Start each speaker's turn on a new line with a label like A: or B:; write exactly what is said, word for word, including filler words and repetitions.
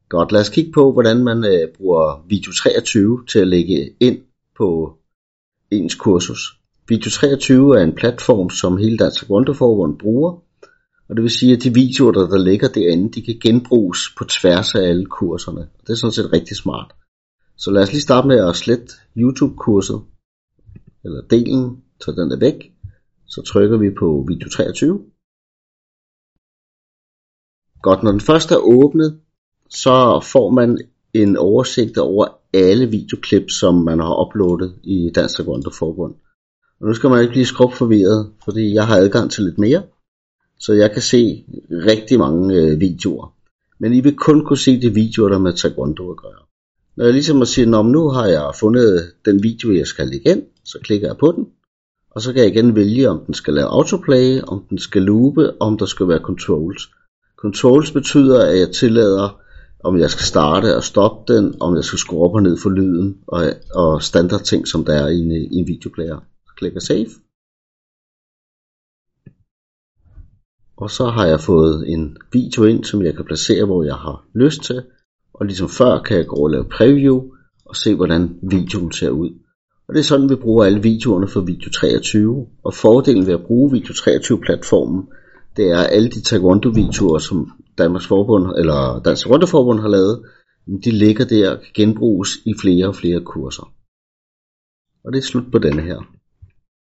A: Godt, lad os kigge på, hvordan man øh, bruger Video treogtyve til at lægge ind på ens kursus. Video treogtyve er en platform, som hele Dansk Taekwondo Forbund bruger, og det vil sige, at de videoer, der, der ligger derinde, de kan genbruges på tværs af alle kurserne. Det er sådan set rigtig smart. Så lad os lige starte med at slette YouTube-kurset, eller delen, så den er væk. Så trykker vi på Video treogtyve. Godt, når den først er åbnet, så får man en oversigt over alle videoklip, som man har uploadet i Dansk Taekwondo Forbund. Og nu skal man ikke blive skrubforvirret, fordi jeg har adgang til lidt mere, så jeg kan se rigtig mange øh, videoer. Men I vil kun kunne se de videoer, der med Taekwondo at gøre. Når jeg ligesom siger, nu har jeg fundet den video, jeg skal lægge ind, så klikker jeg på den. Og så kan jeg igen vælge, om den skal lave autoplay, om den skal loope, om der skal være controls. Controls betyder, at jeg tillader, om jeg skal starte og stoppe den, om jeg skal skrue op og ned for lyden, og, og standard ting, som der er i en, i en videoplayer. Så klikker save. Og så har jeg fået en video ind, som jeg kan placere, hvor jeg har lyst til. Og ligesom før kan jeg gå og lave preview og se, hvordan videoen ser ud. Og det er sådan, vi bruger alle videoerne for Video treogtyve. Og fordelen ved at bruge Video treogtyve-platformen, det er alle de Taekwondo-videoer, som Danmarks Forbund, eller Dansk Taekwondo Forbund har lavet, de ligger der og kan genbruges i flere og flere kurser. Og det er slut på denne her.